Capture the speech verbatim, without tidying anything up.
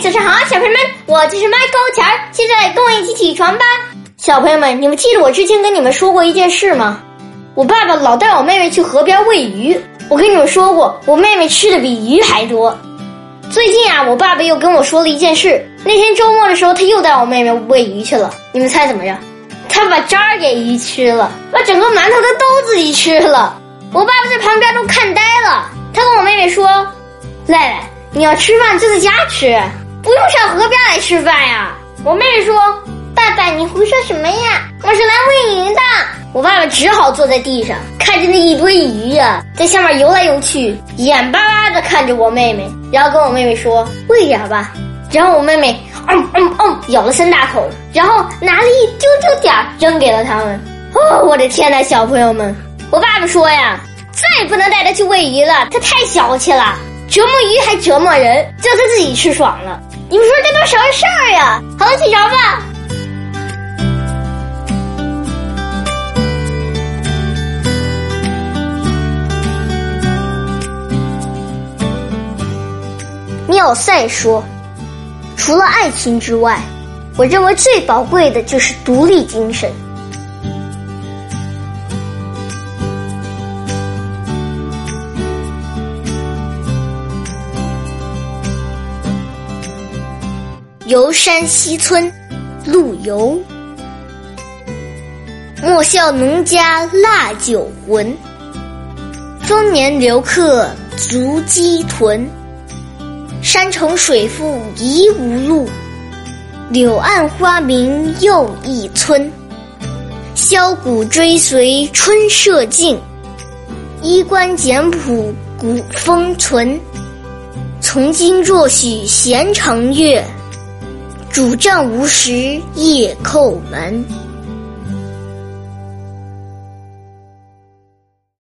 早上好，小朋友们，我就是麦高钱儿，现在跟我一起起床吧。小朋友们，你们记得我之前跟你们说过一件事吗？我爸爸老带我妹妹去河边喂鱼，我跟你们说过，我妹妹吃的比鱼还多。最近啊，我爸爸又跟我说了一件事，那天周末的时候，他又带我妹妹喂鱼去了。你们猜怎么着？他把渣儿给鱼吃了，把整个馒头他都自己吃了。我爸爸在旁边都看呆了，他跟我妹妹说：“赖赖，你要吃饭就在家吃，不用上河边来吃饭呀。”我妹妹说：“爸爸，你胡说什么呀？我是来喂鱼的。”我爸爸只好坐在地上，看着那一堆鱼呀、啊，在下面游来游去，眼巴巴地看着我妹妹，然后跟我妹妹说：“喂点吧。”然后我妹妹嗯嗯嗯咬了三大口，然后拿了一丢丢点儿扔给了他们。哦，我的天哪，小朋友们！我爸爸说呀，再也不能带他去喂鱼了，他太小气了，折磨鱼还折磨人，叫他自己吃爽了。你们说这都什么事儿呀？好了，起床吧。妙赛说，除了爱情之外，我认为最宝贵的就是独立精神。游山西村，陆游。莫笑农家腊酒浑，丰年留客足鸡豚。山重水复疑无路，柳暗花明又一村。箫鼓追随春社静，衣冠简朴古风存。从今若许闲长月，主帐无时夜叩门。